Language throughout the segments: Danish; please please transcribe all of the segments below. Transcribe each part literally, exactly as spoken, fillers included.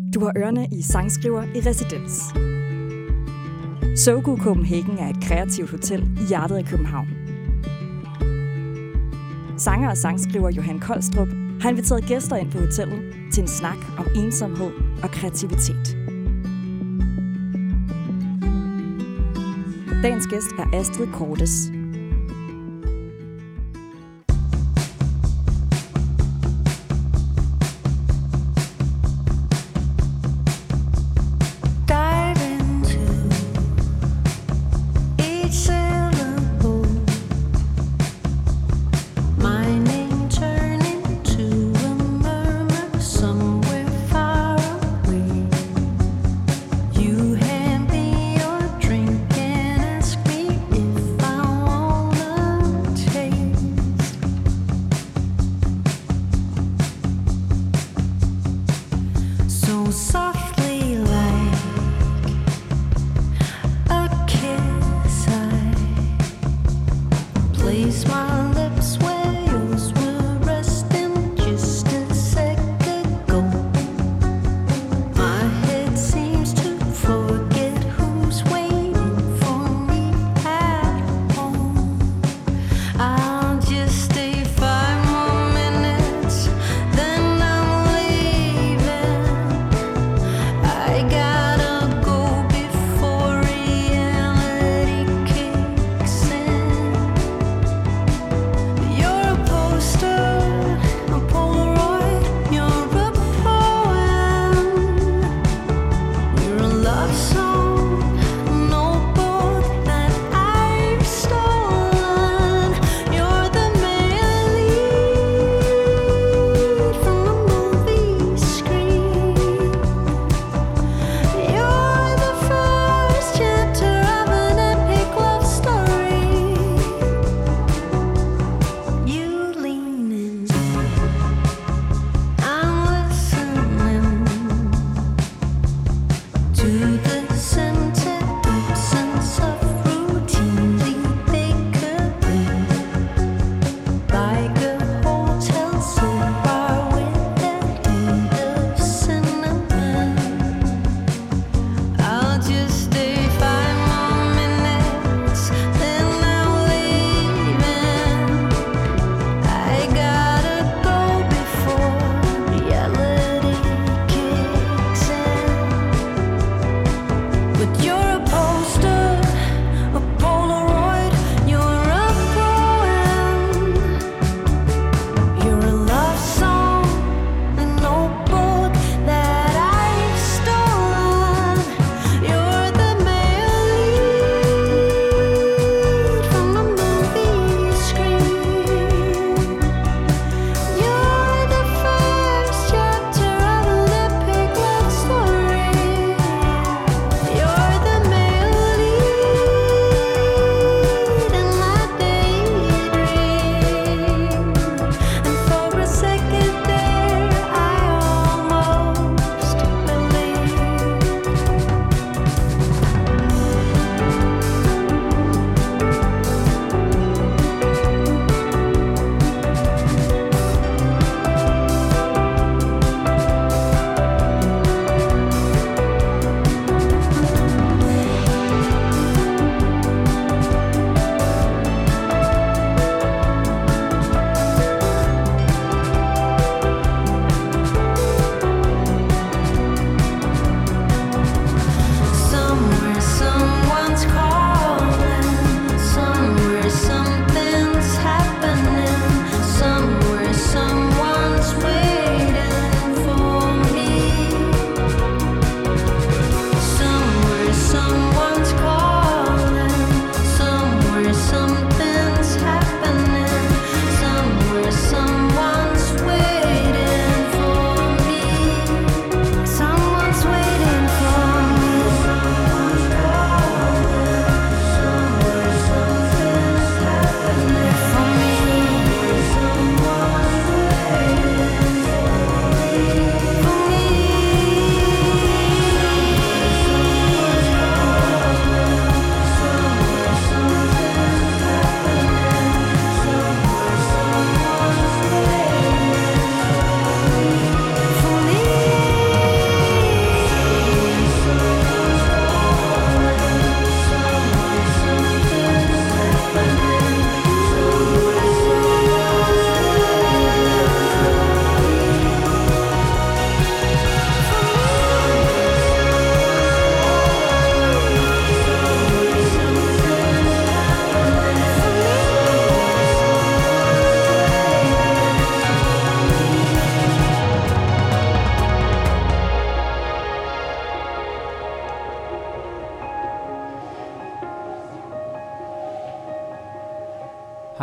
Du har ørerne i Sangskriver i residens. Sogo Copenhagen er et kreativt hotel i hjertet af København. Sanger og sangskriver Johan Kolstrup har inviteret gæster ind på hotellet til en snak om ensomhed og kreativitet. Dagens gæst er Astrid Cordes. You hand me your drink and ask me if I want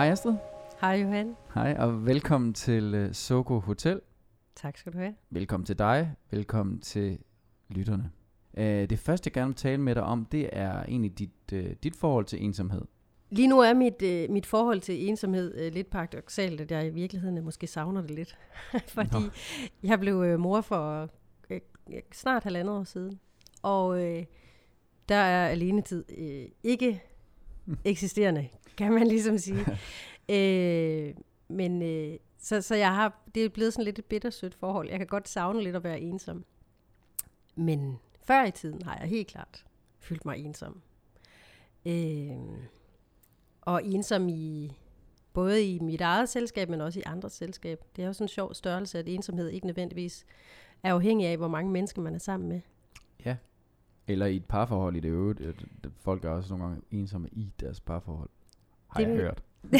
Hej Astrid. Hej Johan. Hej og velkommen til uh, Soko Hotel. Tak skal du have. Velkommen til dig. Velkommen til lytterne. Uh, det første jeg gerne vil tale med dig om, det er egentlig dit, uh, dit forhold til ensomhed. Lige nu er mit, øh, mit forhold til ensomhed øh, lidt paradoksalt, at jeg i virkeligheden måske savner det lidt. Fordi Nå. jeg blev øh, mor for øh, snart halvandet år siden. Og øh, der er alenetid øh, ikke eksisterende, kan man ligesom sige. øh, men øh, så, så jeg har, det er blevet sådan lidt et bittersødt forhold. Jeg kan godt savne lidt at være ensom. Men før i tiden har jeg helt klart følt mig ensom. Øh, og ensom i både i mit eget selskab, men også i andres selskab. Det er jo sådan en sjov størrelse, at ensomhed ikke nødvendigvis er afhængig af, hvor mange mennesker man er sammen med. Ja, eller i et parforhold i det øvrigt. Folk er også nogle gange ensomme i deres parforhold. Har det jeg hørt.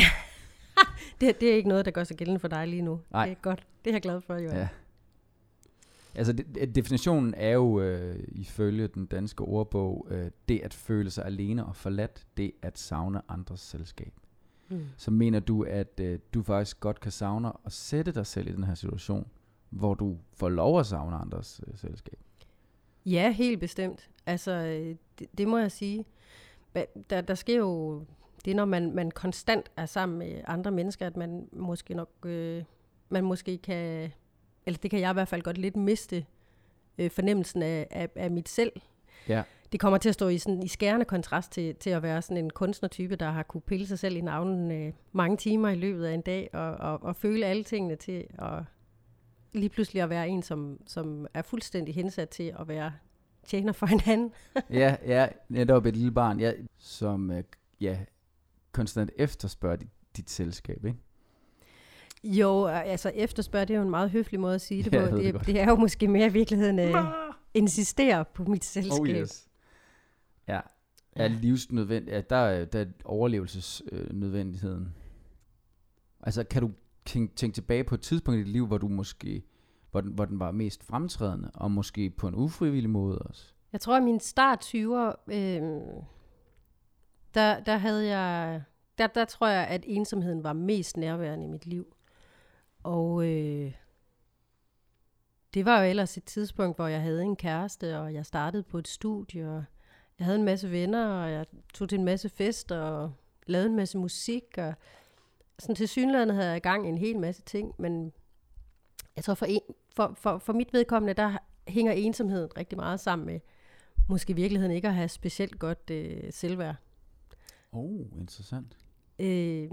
det, det er ikke noget, der gør sig gældende for dig lige nu. Nej. Det er godt. Det er jeg glad for, Johan. Ja. Altså, det, definitionen er jo øh, ifølge den danske ordbog, øh, det at føle sig alene og forladt, det at savne andres selskab. Mm. Så mener du, at øh, du faktisk godt kan savne at sætte dig selv i den her situation, hvor du får lov at savne andres øh, selskab? Ja, helt bestemt. Altså, det, det må jeg sige. Der, der sker jo, det er når man, man konstant er sammen med andre mennesker, at man måske nok, øh, man måske kan, eller det kan jeg i hvert fald godt lidt miste øh, fornemmelsen af, af, af mit selv. Ja. Det kommer til at stå i, sådan, i skærende kontrast til, til at være sådan en kunstnertype, der har kunne pille sig selv i navnen øh, mange timer i løbet af en dag, og, og, og føle alle tingene til, og lige pludselig at være en, som, som er fuldstændig hensat til at være tjener for hinanden. ja, ja, netop et lille barn, ja, som øh, ja, konstant efterspørger dit, dit selskab, ikke? Jo, altså efterspørg, det er jo en meget høflig måde at sige det ja, på. Det, det, det er jo måske mere i virkeligheden øh, insistere på mit selskab. Oh yes. Ja, er livsnødvendigt. Ja, der er, der er overlevelsesnødvendigheden. Øh, altså, kan du tænke, tænke tilbage på et tidspunkt i dit liv, hvor du måske, hvor den, hvor den var mest fremtrædende, og måske på en ufrivillig måde også? Jeg tror, at min start tyver, øh, der, der havde jeg, der, der tror jeg, at ensomheden var mest nærværende i mit liv. Og øh, det var jo ellers et tidspunkt, hvor jeg havde en kæreste, og jeg startede på et studie, og jeg havde en masse venner, og jeg tog til en masse fester, og lavede en masse musik, og sådan til synligheden havde jeg i gang en hel masse ting, men jeg tror for, en, for, for, for mit vedkommende, der hænger ensomheden rigtig meget sammen med, måske i virkeligheden ikke at have specielt godt øh, selvværd. Oh, interessant. Øh,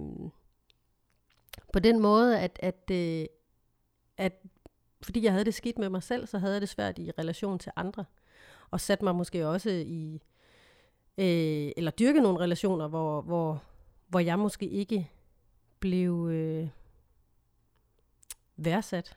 på den måde, at, at, øh, at fordi jeg havde det skidt med mig selv, så havde jeg det svært i relation til andre. Og satte mig måske også i, øh, eller dyrkede nogle relationer, hvor, hvor, hvor jeg måske ikke blev øh, værdsat.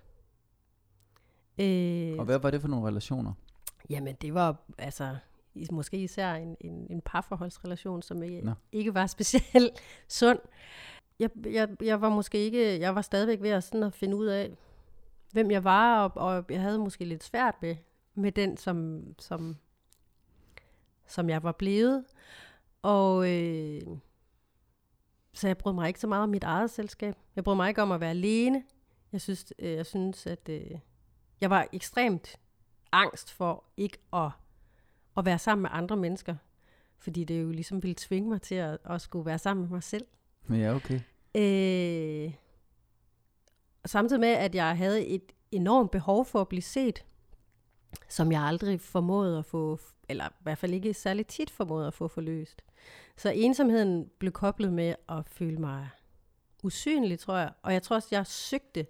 Øh, og hvad var det for nogle relationer? Jamen, det var altså måske især en, en, en parforholdsrelation, som ikke, Nå. ikke var specielt sund. Jeg, jeg, jeg var måske ikke, jeg var stadigvæk ved at, sådan at finde ud af, hvem jeg var, og, og jeg havde måske lidt svært med, med den, som, som, som jeg var blevet. Og øh, så jeg brød mig ikke så meget om mit eget selskab. Jeg brød mig ikke om at være alene. Jeg synes, øh, jeg synes at øh, jeg var ekstremt angst for ikke at, at være sammen med andre mennesker. Fordi det jo ligesom ville tvinge mig til at, at skulle være sammen med mig selv. Ja, okay. Øh, samtidig med, at jeg havde et enormt behov for at blive set, som jeg aldrig formåede at få, eller i hvert fald ikke særlig tit formåede at få forløst. Så ensomheden blev koblet med at føle mig usynlig, tror jeg. Og jeg tror også, jeg søgte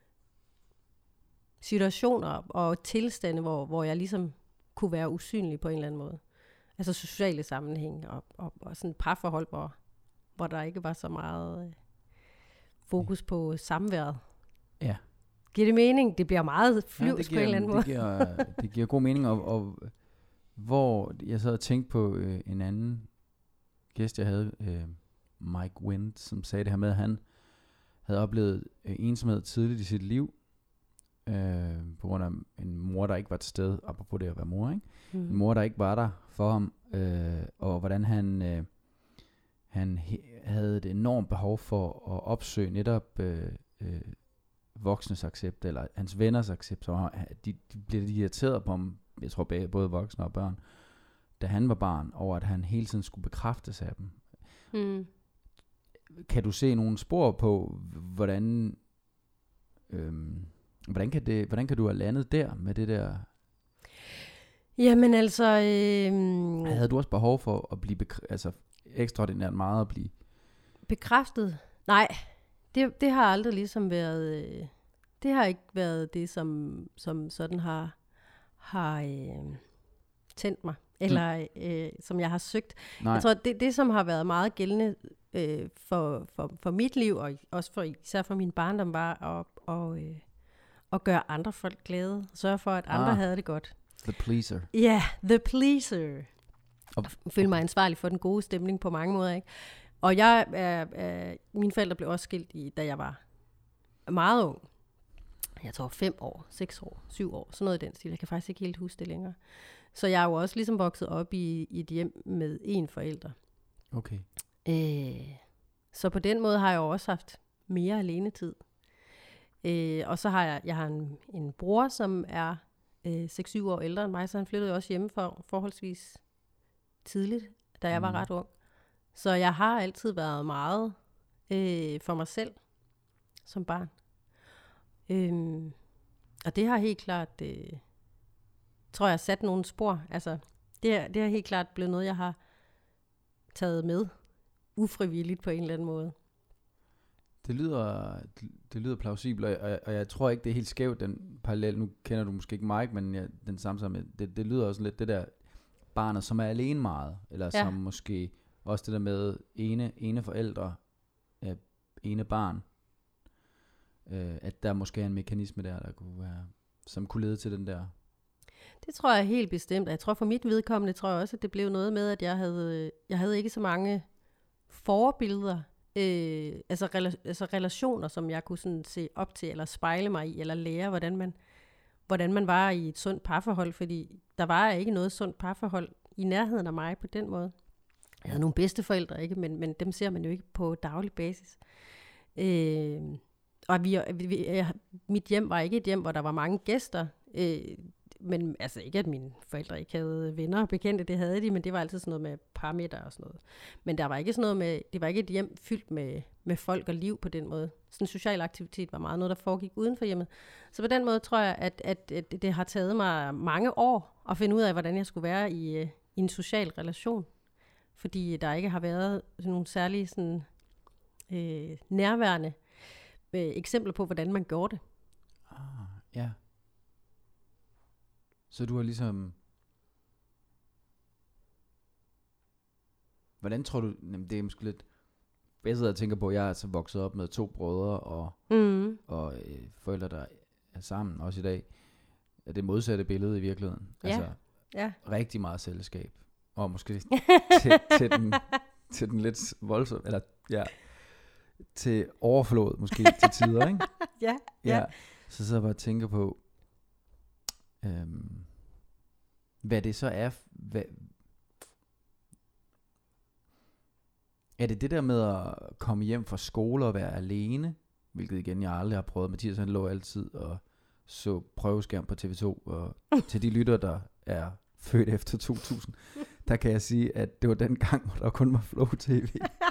situationer og tilstande, hvor, hvor jeg ligesom kunne være usynlig på en eller anden måde. Altså sociale sammenhæng og, og, og sådan et parforhold, hvor, hvor der ikke var så meget øh, fokus på samværet. Ja. Giver det mening? Det bliver meget flyvsk ja, giver, på en eller anden det måde. Giver, det giver god mening, og, og hvor jeg sad og tænkte på øh, en anden gæst, jeg havde, øh, Mike Wind, som sagde det her med, at han havde oplevet øh, ensomhed tidligt i sit liv, øh, på grund af en mor, der ikke var til stede, apropos det at være mor, ikke? Mm. En mor, der ikke var der for ham, øh, og hvordan han, øh, han he- havde et enormt behov for at opsøge netop øh, øh, voksnes accept, eller hans venners accept, så de, de blev irriteret på ham, jeg tror både voksne og børn, da han var barn, over at han hele tiden skulle bekræftes af dem. Mm. Kan du se nogle spor på, hvordan, øhm, hvordan, kan det, hvordan kan du have landet der med det der? Jamen altså... Øh, Havde du også behov for at blive bekr- altså ekstraordinært meget at blive? Bekræftet? Nej, det, det har aldrig ligesom været... Øh, det har ikke været det, som, som sådan har, har øh, tændt mig. Eller øh, som jeg har søgt. Nej. Jeg tror, det, det som har været meget gældende øh, for, for, for mit liv, og også for, især for min barndom, var at, og, øh, at gøre andre folk glade. Sørge for, at andre ah, havde det godt. The pleaser. Ja, yeah, the pleaser. Og jeg føler mig ansvarlig for den gode stemning på mange måder, ikke? Og jeg, øh, øh, mine forældre blev også skilt, i, da jeg var meget ung. Jeg tror fem år, seks år, syv år, sådan noget i den stil. Jeg kan faktisk ikke helt huske det længere. Så jeg er jo også ligesom vokset op i, i et hjem med én forælder. Okay. Øh, så på den måde har jeg jo også haft mere alenetid. Øh, og så har jeg, jeg har en, en bror, som er øh, seks syv år ældre end mig, så han flyttede også hjemme for, forholdsvis tidligt, da jeg mm. var ret ung. Så jeg har altid været meget øh, for mig selv som barn. Øh, og det har helt klart... Øh, tror jeg, sat nogle spor. Altså, det er, det er helt klart blevet noget, jeg har taget med ufrivilligt på en eller anden måde. Det lyder, det lyder plausibelt, og, og jeg tror ikke, det er helt skævt, den parallel. Nu kender du måske ikke Mike, men ja, den samme, det, det lyder også lidt det der barnet, som er alene meget, eller ja. Som måske også det der med ene, ene forældre, øh, ene barn, øh, at der måske er en mekanisme der, der kunne være, som kunne lede til den der. Det tror jeg helt bestemt. Jeg tror for mit vedkommende, tror jeg også, at det blev noget med, at jeg havde, jeg havde ikke så mange forbilleder, øh, altså, rela- altså relationer, som jeg kunne sådan se op til, eller spejle mig i, eller lære, hvordan man, hvordan man var i et sundt parforhold, fordi der var ikke noget sundt parforhold i nærheden af mig på den måde. Jeg havde nogle bedsteforældre, ikke? Men, men dem ser man jo ikke på daglig basis. Øh, og vi, vi, jeg, mit hjem var ikke et hjem, hvor der var mange gæster, øh, men altså ikke, at mine forældre ikke havde venner og bekendte, det havde de, men det var altid sådan noget med parametre og sådan noget. Men der var ikke sådan noget med, det var ikke et hjem fyldt med, med folk og liv på den måde. Sådan en social aktivitet var meget noget, der foregik uden for hjemmet. Så på den måde tror jeg, at, at, at det har taget mig mange år at finde ud af, hvordan jeg skulle være i, i en social relation. Fordi der ikke har været sådan nogle særlige sådan, øh, nærværende øh, eksempler på, hvordan man gjorde det. Ah, ja. Så du har ligesom... Hvordan tror du... Jamen, det er måske lidt... Jeg sidder og tænker på, at jeg er altså vokset op med to brødre og, mm. og øh, forældre, der er sammen også i dag. Er det modsatte billede i virkeligheden. Ja. Altså ja. rigtig meget selskab. Og måske til, til, den, til den lidt voldsomme... Eller ja... Til overflod måske til tider, ikke? ja, ja. ja. Så sidder jeg bare og tænker på... Øhm, hvad det så er, hvad, er det det der med at komme hjem fra skole og være alene, hvilket igen jeg aldrig har prøvet. Mathias han lå altid og så prøveskærm på T V to, og til de lytter der er født efter to tusind, der kan jeg sige, at det var den gang, hvor der kun var Flow T V.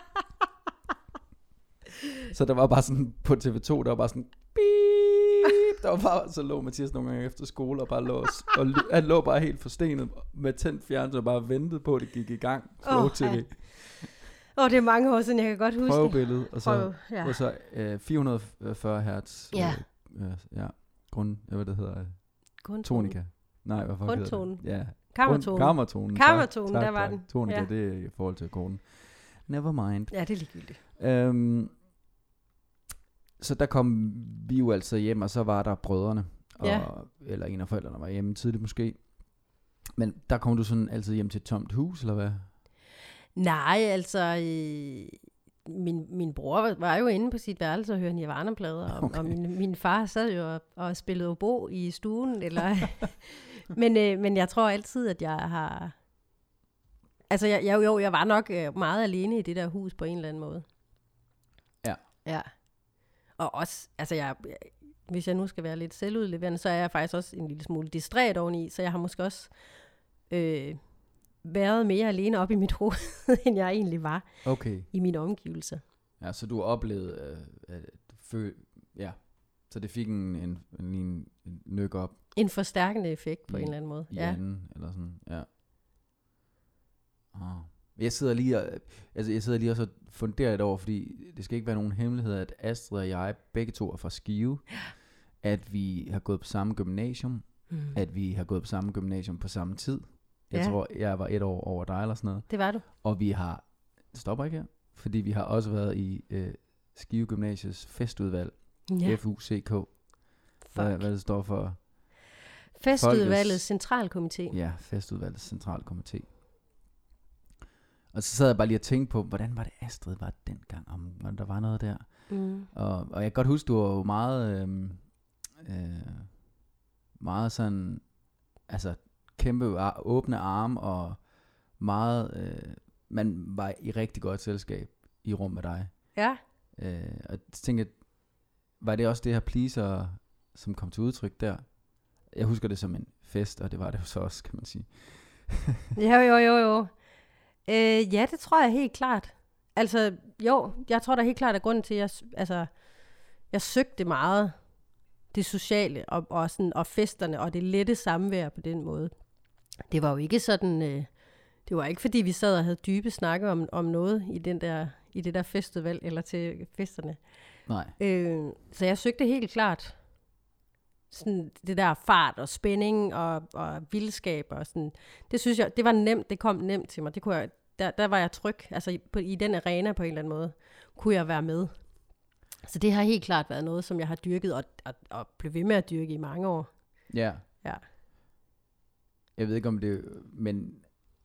Så der var bare sådan på T V to, der var bare sådan der var bare, så lå Mathias nogle gange efter skole og bare lå, og han lå bare helt forstenet med tændt fjernsyn og bare ventede på, at det gik i gang. Flow oh, T V. Åh, oh, det er mange år siden, jeg kan godt huske prøvebillede, og så, Prøv, ja. og så øh, fire hundrede og fyrre hertz. Ja. Øh, øh, ja, grund, hvad det hedder, Grundtonen. tonika. Nej, hvad fuck hedder det? Ja. Kammertonen. Kammertonen. Kammertonen, tak, der var tak. den. Tonika, Ja. det er i forhold til akkorden. Never mind. Ja, det er ligegyldigt. Øhm, så der kom vi jo altså hjem, og så var der brødrene. Og, Ja. eller en af forældrene var hjemme tidligt måske. Men der kom du sådan altid hjem til et tomt hus, eller hvad? Nej, altså... Øh, min, min bror var, var jo inde på sit værelse og hørte Nirvana-plader, og, Okay. og min, min far sad jo og, og spillede obo i stuen. Eller men, øh, men jeg tror altid, at jeg har... Altså, jeg, jeg, jo, jeg var nok øh, meget alene i det der hus på en eller anden måde. Ja. Ja. Og også, altså, jeg, jeg, hvis jeg nu skal være lidt selvudleverende, så er jeg faktisk også en lille smule distræt oveni, så jeg har måske også øh, været mere alene op i mit hoved, end jeg egentlig var okay. i mine omgivelser. Ja, så du oplevede, øh, at fø- ja, så det fik en, en, en, en, en nøk op. En forstærkende effekt på i, en eller anden måde. I ja. anden, eller sådan, ja. Oh. Jeg sidder lige og, altså jeg sidder lige også og funderer lidt over, fordi det skal ikke være nogen hemmelighed, at Astrid og jeg begge to er fra Skive, at vi har gået på samme gymnasium, mm. at vi har gået på samme gymnasium på samme tid. Jeg ja. tror, jeg var et år over dig eller sådan noget. Det var du. Og vi har, det stopper ikke her, fordi vi har også været i øh, Skive Gymnasiets festudvalg, ja. F U C K. Hvad, hvad det står for? Festudvalgets centralkomité. Ja, Festudvalgets centralkomité. Og så sad jeg bare lige og tænkte på, hvordan var det Astrid var dengang, om, om der var noget der. Mm. Og, og jeg kan godt huske, du var jo meget, øh, øh, meget sådan, altså kæmpe ar- åbne arme, og meget, øh, man var i rigtig godt selskab i rum med dig. Ja. Øh, og jeg tænkte, var det også det her pleaser, som kom til udtryk der? Jeg husker det som en fest, og det var det jo så også, kan man sige. jo, jo, jo, jo. Øh, ja, det tror jeg helt klart. Altså, jo, jeg tror da helt klart, at grunden til, at jeg, altså, jeg søgte meget det sociale, og, og, sådan, og festerne, og det lette samvær på den måde. Det var jo ikke sådan, øh, det var ikke fordi, vi sad og havde dybe snakke om, om noget i, den der, i det der festival, eller til festerne. Nej. Øh, så jeg søgte helt klart sådan det der fart og spænding og, og vildskab og sådan. Det synes jeg, det var nemt, det kom nemt til mig. Det kunne jeg, der, der var jeg tryg, altså i, på, i den arena på en eller anden måde, kunne jeg være med. Så det har helt klart været noget, som jeg har dyrket og, og, og blev ved med at dyrke i mange år. Ja. Ja. Jeg ved ikke om det, men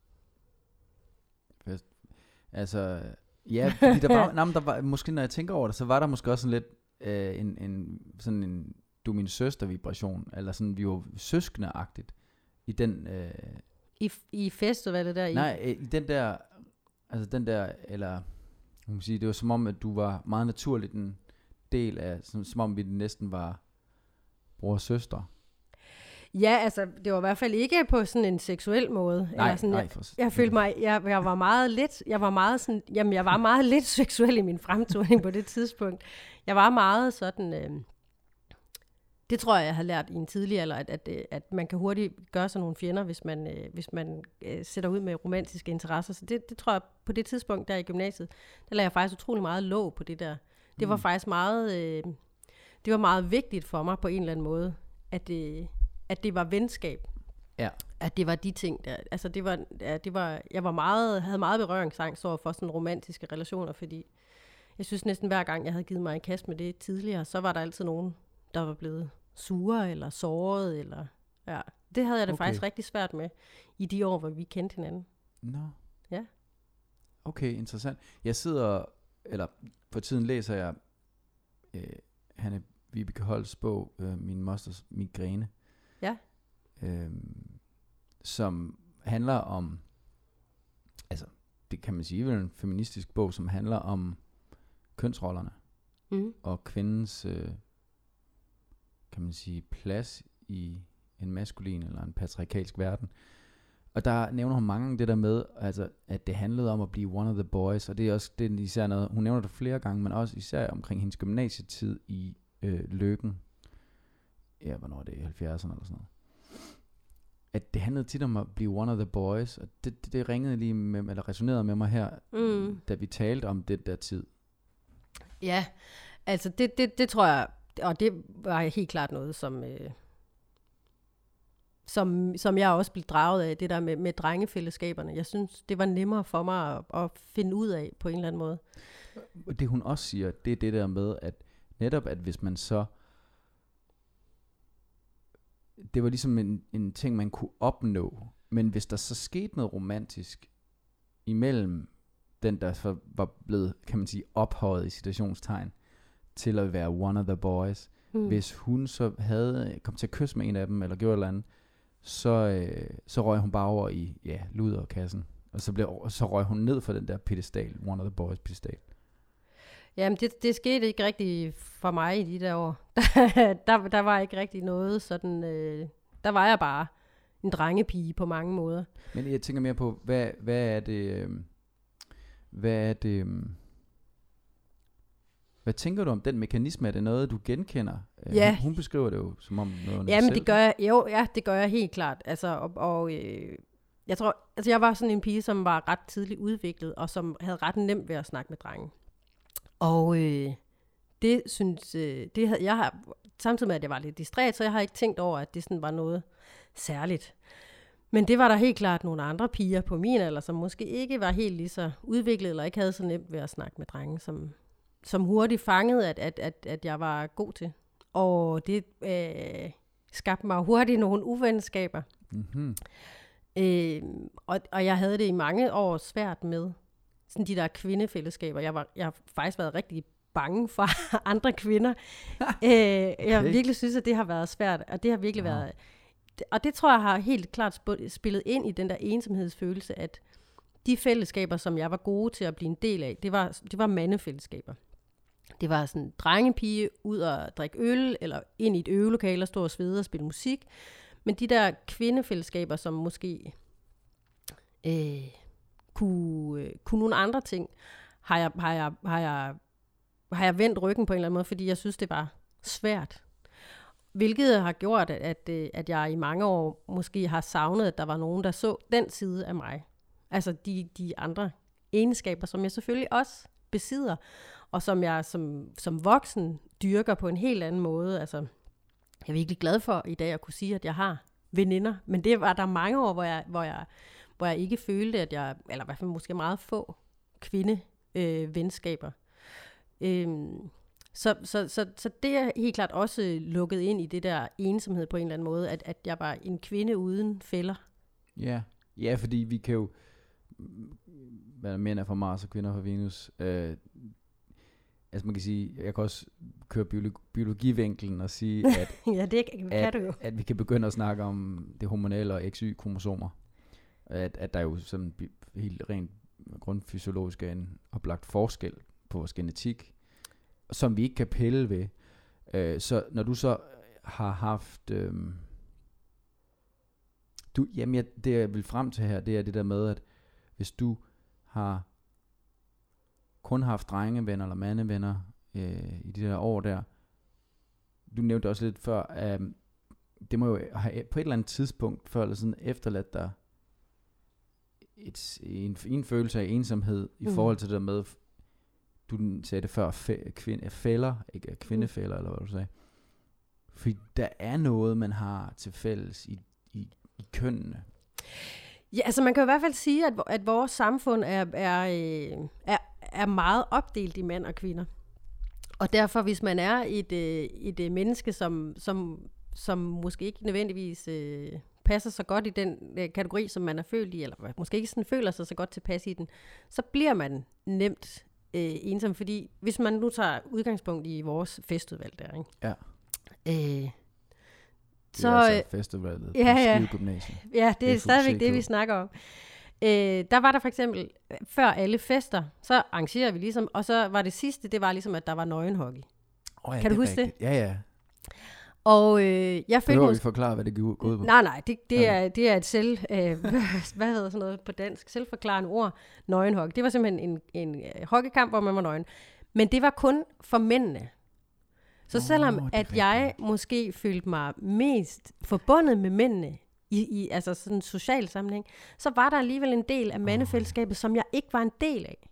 altså, ja, fordi der var, nej, der var, måske når jeg tænker over det, så var der måske også sådan lidt øh, en, en, sådan en, du er min søster vibration, eller sådan, vi var søskende-agtigt, i den... Øh, I, I festivalet der? Nej, i, i den der, altså den der, eller, man kan sige, det var som om, at du var meget naturligt en del af, som, som om vi næsten var bror og søster. Ja, altså, det var i hvert fald ikke på sådan en seksuel måde. Nej, eller sådan, nej. Jeg, For, jeg følte mig, jeg, jeg var meget lidt, jeg var meget sådan, jamen, jeg var meget lidt seksuel i min fremtoning på det tidspunkt. Jeg var meget sådan, øh, det tror jeg, jeg havde lært i en tidlig alder, at, at, at man kan hurtigt gøre sig nogle fjender, hvis man, øh, hvis man øh, sætter ud med romantiske interesser. Så det, det tror jeg, på det tidspunkt der i gymnasiet, der lagde jeg faktisk utrolig meget låg på det der. Det var mm. faktisk meget, øh, det var meget vigtigt for mig på en eller anden måde, at det, at det var venskab. Ja. At det var de ting der. Altså det var, ja, det var, jeg var meget, havde meget berøringsangst over for sådan romantiske relationer, fordi jeg synes næsten hver gang, jeg havde givet mig en kast med det tidligere, så var der altid nogen, der var blevet sure eller såret, eller ja. Det havde jeg det okay. faktisk rigtig svært med i de år, hvor vi kendte hinanden. Nå. No. Ja. Okay, interessant. Jeg sidder, eller på tiden læser jeg øh, Hanne Vibeke Holsts bog, øh, Min mosters migræne. Ja. Øh, som handler om, altså det kan man sige, vel en feministisk bog, som handler om kønsrollerne mm. og kvindens, øh, kan man sige, plads i en maskulin eller en patriarkalsk verden. Og der nævner hun mange det der med, altså, at det handlede om at blive one of the boys, og det er også det er især noget, hun nævner det flere gange, men også især omkring hendes gymnasietid i øh, Løkken. Ja, hvornår er det? I halvfjerdserne eller sådan noget. At det handlede tit om at blive one of the boys, og det, det, det ringede lige med, eller resonerede med mig her, mm. da vi talte om det der tid. Ja, altså det, det, det tror jeg, og det var helt klart noget, som, øh, som, som jeg også blev draget af, det der med, med drengefællesskaberne. Jeg synes, det var nemmere for mig at, at finde ud af på en eller anden måde. Det hun også siger, det er det der med, at netop at hvis man så, det var ligesom en, en ting, man kunne opnå, men hvis der så skete noget romantisk imellem den, der så var blevet, kan man sige, ophøjet i citationstegn, til at være one of the boys, mm. hvis hun så havde kom til at kysse med en af dem, eller gjorde et eller andet, så, øh, så røg hun bare over i, ja, luderkassen, Og så, blev, så røg hun ned fra den der pedestal, One of the Boys pedestal. Jamen, det, det skete ikke rigtig for mig i de der år. der, der var ikke rigtig noget sådan... Øh, der var jeg bare en drengepige på mange måder. Men jeg tænker mere på, hvad, hvad er det... Øh, hvad er det... Øh, hvad tænker du om den mekanisme? Er det noget, du genkender? Ja. Hun, hun beskriver det jo som om noget Jamen, selv. det gør jeg, jo, ja, det gør jeg helt klart. Altså, og, og øh, jeg tror, altså jeg var sådan en pige, som var ret tidligt udviklet, og som havde ret nemt ved at snakke med drenge. Og øh, det synes, øh, det havde, jeg har, samtidig med, at jeg var lidt distræt, så jeg har ikke tænkt over, at det sådan var noget særligt. Men det var der helt klart nogle andre piger på min alder, som måske ikke var helt lige så udviklet, eller ikke havde så nemt ved at snakke med drenge, som, som hurtigt fangede, at, at, at, at jeg var god til. Og det øh, skabte mig hurtigt nogle uvenskaber. Mm-hmm. Øh, og, og jeg havde det i mange år svært med sådan de der kvindefællesskaber. Jeg, var, jeg har faktisk været rigtig bange for andre kvinder. øh, jeg Okay. virkelig synes, at det har været svært, og det har virkelig Wow. været... Og det tror jeg har helt klart spillet ind i den der ensomhedsfølelse, at de fællesskaber, som jeg var gode til at blive en del af, det var, det var mandefællesskaber. Det var sådan drengepige ud og drikke øl, eller ind i et øvelokale og stå og svede og spille musik. Men de der kvindefællesskaber, som måske øh, kunne, øh, kunne nogle andre ting, har jeg, har, jeg, har, jeg, har jeg vendt ryggen på en eller anden måde, fordi jeg synes, det var svært. Hvilket har gjort, at, at, at jeg i mange år måske har savnet, at der var nogen, der så den side af mig. Altså de, de andre egenskaber, som jeg selvfølgelig også besidder, og som jeg som, som voksen dyrker på en helt anden måde. Altså, jeg er virkelig glad for i dag at kunne sige, at jeg har veninder, men det var der mange år, hvor jeg, hvor jeg, hvor jeg ikke følte, at jeg, eller i hvert fald måske meget få kvindevenskaber. Øh, øhm, så, så, så, så det er helt klart også lukket ind i det der ensomhed på en eller anden måde, at, at jeg var en kvinde uden fælder. Ja, ja, fordi vi kan jo, hvad mænd er fra Mars og kvinder fra Venus, øh, altså man kan sige, jeg kan også køre biologi, biologivinklen og sige, at, ja, det kan, at, kan du jo. at vi kan begynde at snakke om det hormonelle og X Y-kromosomer. At, at der jo sådan bi- helt rent grundfysiologisk er en oplagt forskel på vores genetik, som vi ikke kan pille ved. Øh, så når du så har haft... Øh, du, jamen jeg, det jeg vil frem til her, det er det der med, at hvis du har kun haft drengevenner eller mandevenner øh, i de der år der, du nævnte også lidt før, øh, det må jo have på et eller andet tidspunkt før eller sådan efterladt dig et, en, en følelse af ensomhed i Mm. forhold til det der med, du sagde det før, fæ, kvinde, fælder, ikke kvindefælder, eller hvad du sagde. Fordi der er noget, man har til fælles i, i, i kønnene. Ja, altså man kan i hvert fald sige, at, at vores samfund er, er, øh, er, er meget opdelt i mænd og kvinder. Og derfor, hvis man er et, øh, et øh, menneske, som, som, som måske ikke nødvendigvis øh, passer så godt i den øh, kategori, som man er født i, eller måske ikke sådan føler sig så godt tilpas i den, så bliver man nemt øh, ensom. Fordi hvis man nu tager udgangspunkt i vores festudvalg der, ikke? Ja. Øh, Det så, er altså festivalet ja, på ja. Skive Gymnasium. Ja, det er F U C K. stadigvæk det, vi snakker om. Øh, der var der for eksempel, øh, før alle fester, så arrangerer vi ligesom, og så var det sidste, det var ligesom, at der var nøgenhockey. Oh, ja, Kan du det er huske rigtigt. Ja, ja. Og øh, jeg fik Behøver vi måske... forklare, hvad det går ud på? Nej, nej, det, det, Okay. er, det er et selv... Øh, hvad hedder sådan noget på dansk? Selvforklarende ord. Nøgenhockey. Det var simpelthen en, en øh, hockeykamp, hvor man var nøgen. Men det var kun for mændene. Så Nå, selvom det er at rigtigt. jeg måske følte mig mest forbundet med mændene, i, i altså sådan en social sammenhæng, så var der alligevel en del af mandefællesskabet, som jeg ikke var en del af.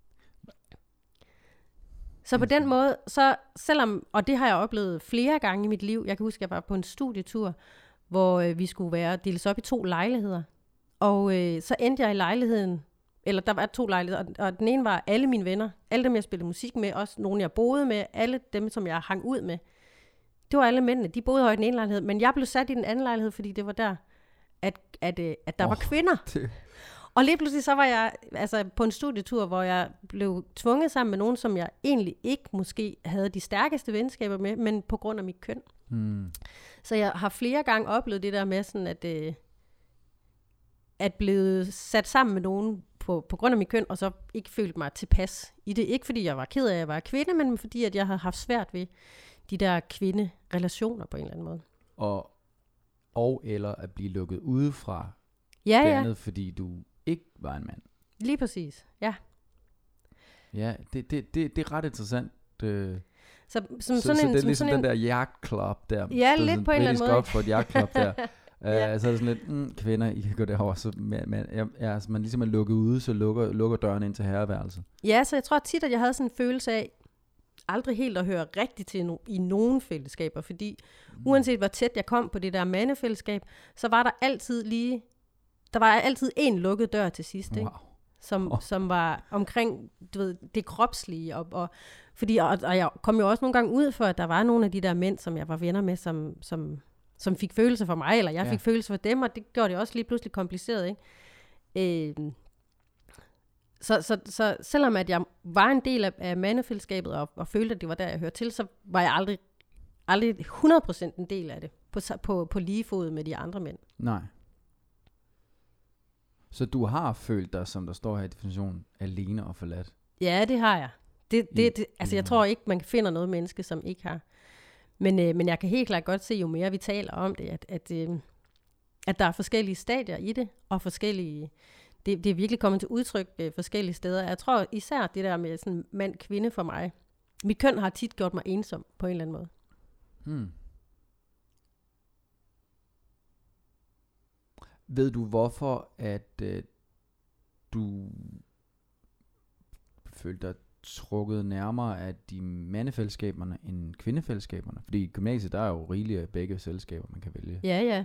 Så på den måde, så selvom, og det har jeg oplevet flere gange i mit liv, jeg kan huske, at jeg var på en studietur, hvor øh, vi skulle være deles op i to lejligheder, og øh, så endte jeg i lejligheden, eller der var to lejligheder, og, og den ene var alle mine venner, alle dem, jeg spillede musik med, også nogle, jeg boede med, alle dem, som jeg hang ud med. Det var alle mændene, de boede højt i den ene lejlighed, men jeg blev sat i den anden lejlighed, fordi det var der, at, at, at, at der oh, var kvinder. Det. Og lige pludselig så var jeg altså på en studietur, hvor jeg blev tvunget sammen med nogen, som jeg egentlig ikke måske havde de stærkeste venskaber med, men på grund af mit køn. Hmm. Så jeg har flere gange oplevet det der med sådan, at, øh, at blevet sat sammen med nogen på, på grund af mit køn, og så ikke følt mig tilpas i det. Ikke fordi jeg var ked af, at jeg var kvinde, men fordi at jeg havde haft svært ved de der kvinderelationer på en eller anden måde. Og, og eller at blive lukket udefra Ja, det ja. andet, fordi du ikke var en mand. Lige præcis, ja. Ja, det, det, det, det er ret interessant. Øh, Så, som så, sådan så en, det er som ligesom sådan den en, der jagtklub der. Ja, der lidt på en eller anden måde. Oxford jagtklub der. Ja. Uh, så er det sådan lidt, mm, kvinder, I kan gå derover. Så man, man, ja, ja, altså man ligesom er lukket ude, så lukker, lukker døren ind til herreværelset. Ja, så jeg tror tit, at jeg havde sådan en følelse af, aldrig helt at høre rigtigt til no- i nogen fællesskaber, fordi mm. uanset hvor tæt jeg kom på det der mandefællesskab, så var der altid lige, der var altid en lukket dør til sidst, ikke? Wow. Som, Oh. som var omkring, du ved, det kropslige, og, og, fordi, og, og jeg kom jo også nogle gange ud for, at der var nogle af de der mænd, som jeg var venner med, som, som, som fik følelser for mig, eller jeg Ja. fik følelser for dem, og det gjorde det også lige pludselig kompliceret, ikke? Øh, Så, så, så selvom at jeg var en del af, af mandefællesskabet og, og følte, at det var der, jeg hørte til, så var jeg aldrig, aldrig hundrede procent en del af det, på, på, på lige fod med de andre mænd. Nej. Så du har følt dig, som der står her i definitionen, alene og forladt? Ja, det har jeg. Det, I- det, det, altså, i- jeg tror ikke, man finder noget menneske, som ikke har. Men, øh, men jeg kan helt klart godt se, jo mere vi taler om det, at, at, øh, at der er forskellige stadier i det, og forskellige... Det, det er virkelig kommet til udtryk øh, forskellige steder. Jeg tror især det der med sådan mand-kvinde for mig. Mit køn har tit gjort mig ensom på en eller anden måde. Hmm. Ved du, hvorfor at øh, du følte dig trukket nærmere af de mandefællesskaberne end kvindefællesskaberne? Fordi i gymnasiet, der er jo rigeligt af begge selskaber, man kan vælge. Ja, ja.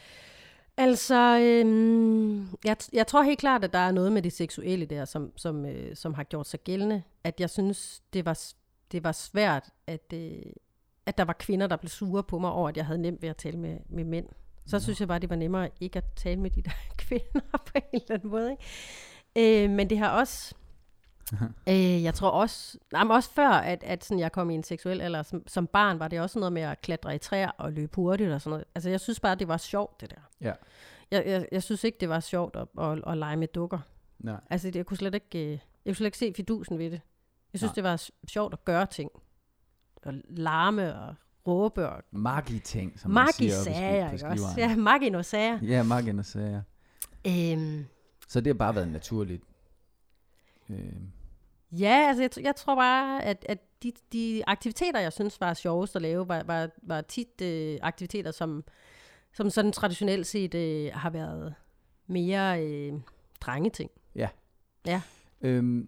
Altså, øhm, jeg, jeg tror helt klart, at der er noget med det seksuelle der, som, som, øh, som har gjort sig gældende. At jeg synes, det var, det var svært, at, øh, at der var kvinder, der blev sure på mig over, at jeg havde nemt ved at tale med, med mænd. Så Nå. synes jeg bare, det var nemmere ikke at tale med de der kvinder på en eller anden måde. Ikke? Øh, men det har også... øh, jeg tror også, nej, men også før, at, at sådan, jeg kom i en seksuel alder, som, som barn, var det også noget med at klatre i træer og løbe hurtigt og sådan noget. Altså, jeg synes bare, det var sjovt, det der. Ja. Jeg, jeg, jeg synes ikke, det var sjovt at, at, at lege med dukker. Nej. Altså, det, jeg kunne slet ikke, øh, jeg kunne slet ikke se fidusen ved det. Jeg synes, Nej. det var s- sjovt at gøre ting. Og larme og råbe og Magi-ting, som man siger oppe i magi-sager, ski- ikke på også? skivejen. Ja, magi-no-sager. Ja, magien sager. Øhm, Så det har bare været naturligt. Øh, Ja, altså jeg, t- jeg tror bare, at, at de, de aktiviteter, jeg synes var sjovest at lave, var, var, var tit øh, aktiviteter, som, som sådan traditionelt set øh, har været mere øh, drengeting. Ja. Ja. Øhm,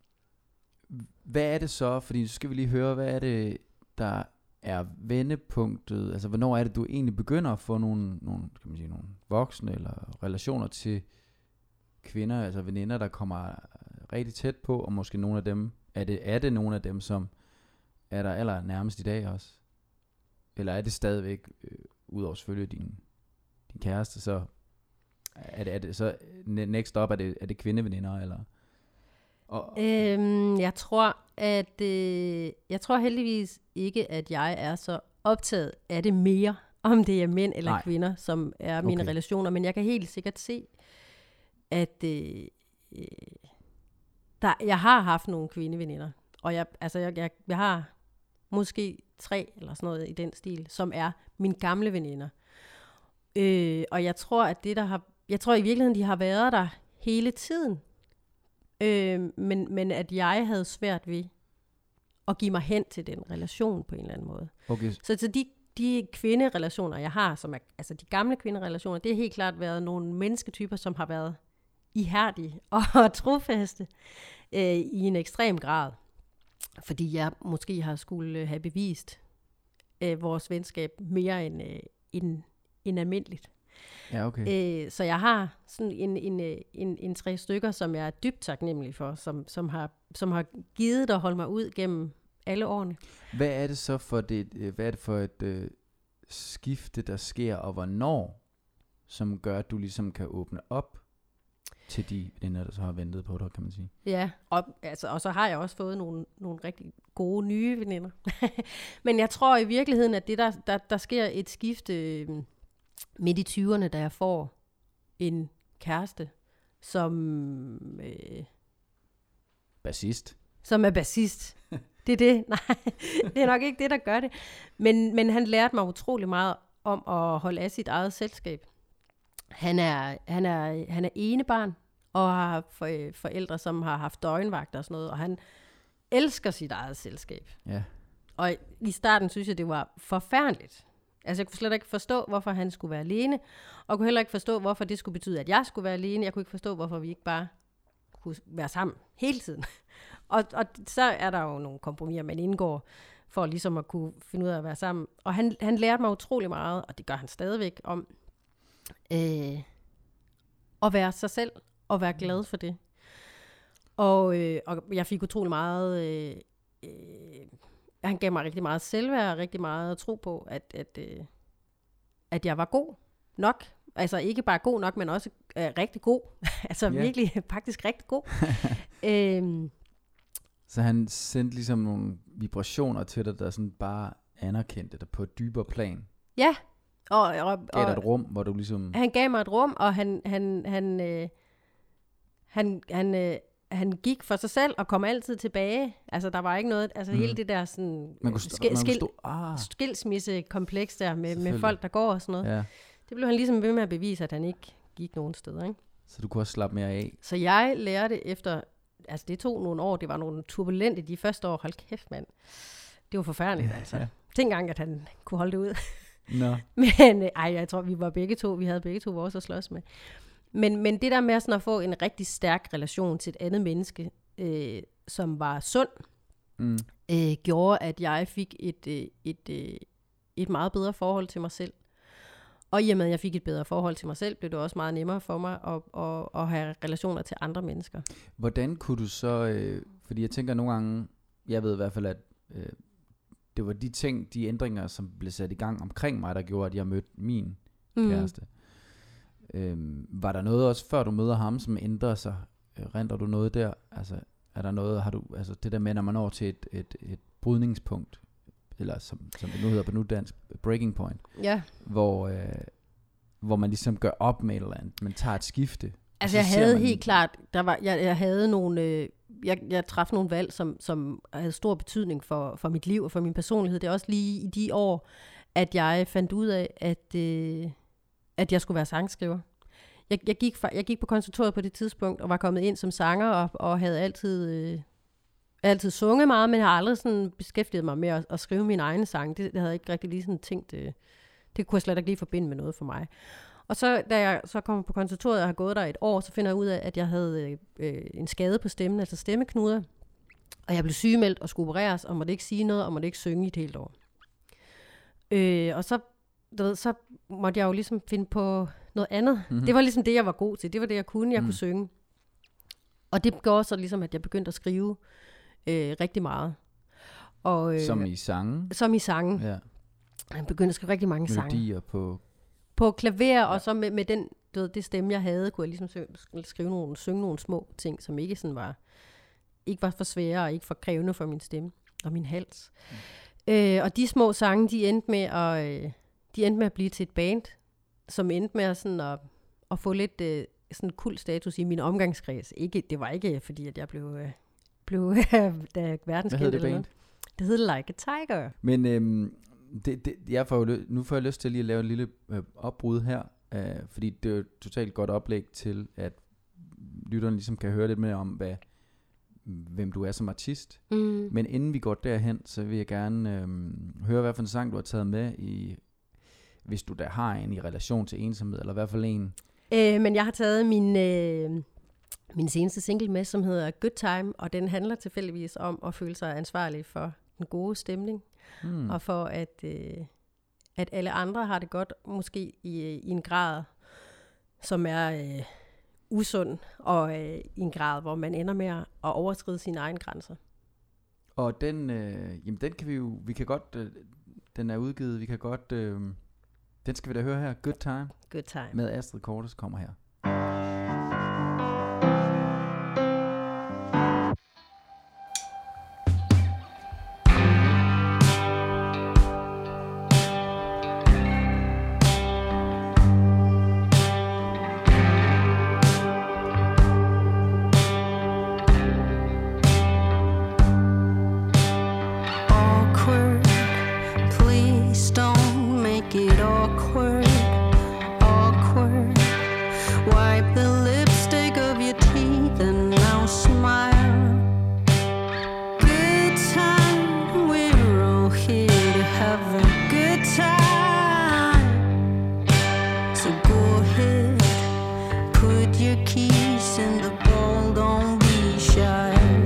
hvad er det så, fordi så skal vi lige høre, hvad er det, der er vendepunktet, altså hvornår er det, du egentlig begynder at få nogle, nogle, kan man sige, nogle voksne eller relationer til kvinder, altså veninder, der kommer rigtig tæt på, og måske nogle af dem, er det, er det nogle af dem, som er der aller nærmest i dag også? Eller er det stadigvæk, øh, udover selvfølgelig din, din kæreste, så er det, er det så next up, er det, er det kvindeveninder, eller? Og, Øhm, jeg tror, at øh, jeg tror heldigvis ikke, at jeg er så optaget af det mere, om det er mænd eller Nej. kvinder, som er mine Okay. relationer. Men jeg kan helt sikkert se, at øh, øh, der, jeg har haft nogle kvindeveninder. Og jeg, altså jeg, jeg, jeg har måske tre eller sådan noget i den stil, som er mine gamle veninder. Øh, og jeg tror, at det der har, jeg tror i virkeligheden, de har været der hele tiden. Øh, men, men at jeg havde svært ved at give mig hen til den relation på en eller anden måde. okay, Så, så de, de kvinderelationer, jeg har, som er, altså de gamle kvinderelationer, det har helt klart været nogle mennesketyper, som har været ihærdige og trofaste øh, i en ekstrem grad. Fordi jeg måske har skulle have bevist øh, vores venskab mere end, øh, end, end almindeligt. ja, okay. Øh, så jeg har sådan en, en, øh, en, en tre stykker, som jeg er dybt taknemmelig for, som, som, har, som har givet at holde mig ud gennem alle årene. Hvad er det så for det, øh, hvad er det for et øh, skifte, der sker, og hvornår, som gør, at du ligesom kan åbne op til de veninder, der så har ventet på dig, kan man sige? Ja, og, altså, og så har jeg også fået nogle, nogle rigtig gode nye veninder. Men jeg tror i virkeligheden, at det der, der, der sker et skifte øh, midt i tyverne, da jeg får en kæreste, som... Øh, bassist. Som er bassist. Det er det. Nej, det er nok ikke det, der gør det. Men, men han lærte mig utrolig meget om at holde af sit eget selskab. Han er, han er, han er enebarn, og har for, forældre, som har haft døgnvagter og sådan noget, og han elsker sit eget selskab. Ja. Og i starten synes jeg, det var forfærdeligt. Altså, jeg kunne slet ikke forstå, hvorfor han skulle være alene, og kunne heller ikke forstå, hvorfor det skulle betyde, at jeg skulle være alene. Jeg kunne ikke forstå, hvorfor vi ikke bare kunne være sammen hele tiden. og, og så er der jo nogle kompromiser, man indgår, for ligesom at kunne finde ud af at være sammen. Og han, han lærte mig utrolig meget, og det gør han stadigvæk, om øh, at være sig selv, og være glad for det. Og, øh, og jeg fik utrolig meget... Øh, øh, han gav mig rigtig meget selvværd, og rigtig meget tro på, at, at, øh, at jeg var god nok. Altså ikke bare god nok, men også øh, rigtig god. altså yeah. virkelig, faktisk rigtig god. øhm. Så han sendte ligesom nogle vibrationer til dig, der sådan bare anerkendte dig på et dybere plan. Ja. Og, og, gav dig et rum, hvor du ligesom... Han gav mig et rum, og han, han, han, øh, han, han, øh, han gik for sig selv og kom altid tilbage. Altså der var ikke noget, altså mm. hele det der sådan man kunne stå, skil, man kunne stå, ah. skilsmissekompleks der med, med folk, der går og sådan noget. Ja. Det blev han ligesom ved med at bevise, at han ikke gik nogen steder, ikke? Så du kunne også slappe mere af? Så jeg lærte efter, altså det tog nogle år, det var nogle turbulente de første år, hold kæft mand. Det var forfærdeligt ja, altså. Ja. Tænk engang, at han kunne holde det ud. No. Men ej, jeg tror, vi var begge to, vi havde begge to vores at slås med. Men, men det der med sådan at få en rigtig stærk relation til et andet menneske, øh, som var sund, mm. øh, gjorde, at jeg fik et, øh, et, øh, et meget bedre forhold til mig selv. Og i og med, at jeg fik et bedre forhold til mig selv, blev det også meget nemmere for mig at, at, at have relationer til andre mennesker. Hvordan kunne du så, øh, fordi jeg tænker nogle gange, jeg ved i hvert fald, at øh, det var de ting, de ændringer, som blev sat i gang omkring mig, der gjorde, at jeg mødte min mm. kæreste. Øhm, var der noget også, før du møder ham, som ændrer sig? Render du noget der? Altså, er der noget, har du, altså det der med, når man når til et, et, et brydningspunkt, eller som, som det nu hedder på nudansk, breaking point, ja. hvor, øh, hvor man ligesom gør op med et eller andet, man tager et skifte. Altså jeg havde man, helt klart, der var, jeg, jeg havde nogle, øh, jeg, jeg traf nogle valg, som, som havde stor betydning for, for mit liv og for min personlighed. Det er også lige i de år, at jeg fandt ud af, at, øh, at jeg skulle være sangskriver. Jeg, jeg, gik, jeg gik på konservatoriet på det tidspunkt, og var kommet ind som sanger, og, og havde altid, øh, altid sunget meget, men jeg har aldrig sådan beskæftiget mig med at, at skrive mine egne sange. Det, det havde jeg ikke rigtig lige sådan tænkt, øh, det kunne jeg slet ikke lige forbinde med noget for mig. Og så da jeg så kom på konservatoriet og har gået der et år, så finder jeg ud af, at jeg havde øh, en skade på stemmen, altså stemmeknuder. Og jeg blev sygemeldt og skulle opereres, og måtte ikke sige noget, og måtte ikke synge i et helt år. Øh, og så, du ved, så måtte jeg jo ligesom finde på noget andet. Mm-hmm. Det var ligesom det, jeg var god til. Det var det, jeg kunne. Jeg mm. kunne synge. Og det gjorde så ligesom, at jeg begyndte at skrive øh, rigtig meget. Og, øh, som i sange? Som i sange. Ja. Jeg begyndte at skrive rigtig mange Melodier sange. Melodier på... På klaver, ja. Og så med, med den, du ved, det stemme, jeg havde, kunne jeg ligesom skrive nogle, synge nogle små ting, som ikke sådan var, ikke var for svære og ikke for krævende for min stemme og min hals. Mm. Øh, og de små sange, de endte med at, øh, de endte med at blive til et band, som endte med at, sådan at, at få lidt øh, sådan kul status i min omgangskreds. Ikke, det var ikke, fordi at jeg blev, øh, blev da verdenskendt eller noget. Det hed Like a Tiger. Men øhm, det, det, jeg får jo, nu får jeg lyst til lige at lave et lille øh, opbrud her, øh, fordi det er jo et totalt godt oplæg til, at lytterne ligesom kan høre lidt mere om, hvad, hvem du er som artist. Mm. Men inden vi går derhen, så vil jeg gerne øh, høre, hvad for en sang du har taget med, i, hvis du da har en i relation til ensomhed, eller i hvert fald en. Øh, men jeg har taget min, øh, min seneste single med, som hedder Good Time, og den handler tilfældigvis om at føle sig ansvarlig for den gode stemning, mm. og for at, øh, at alle andre har det godt, måske i, i en grad, som er øh, usund, og øh, i en grad, hvor man ender med at overskride sine egne grænser. Og den, øh, jamen den kan vi jo, vi kan godt, øh, den er udgivet, vi kan godt, øh, den skal vi da høre her, Good Time, Good Time. Med Astrid Kortes kommer her. put your keys in the bowl, don't be shy.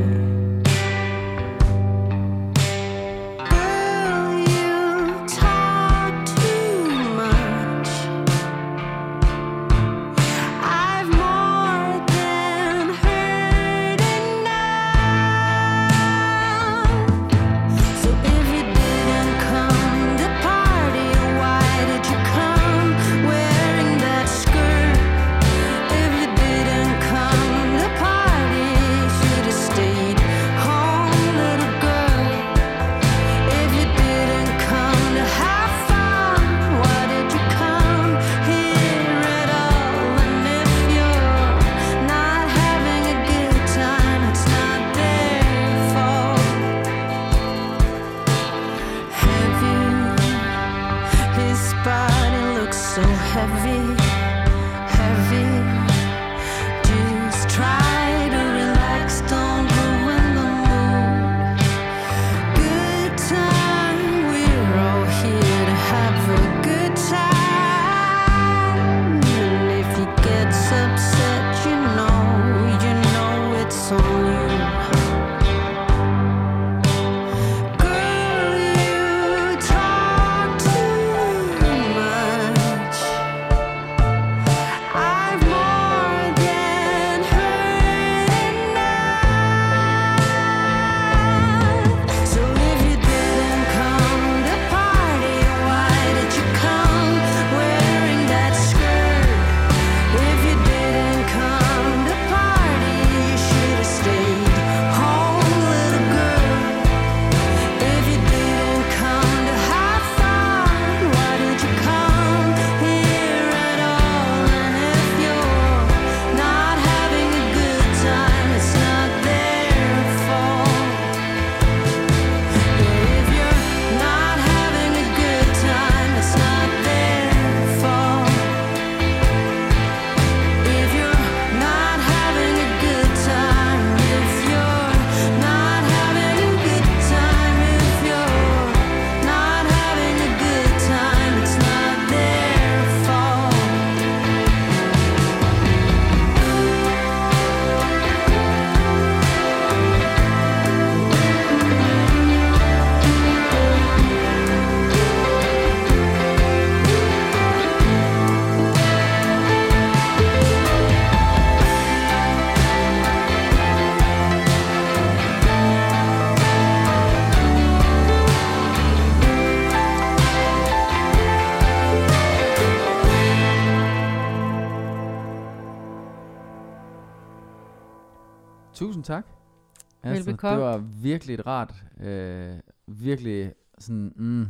Tusind tak. Altså, Velbekomme. det var virkelig et rart, øh, virkelig sådan, mm.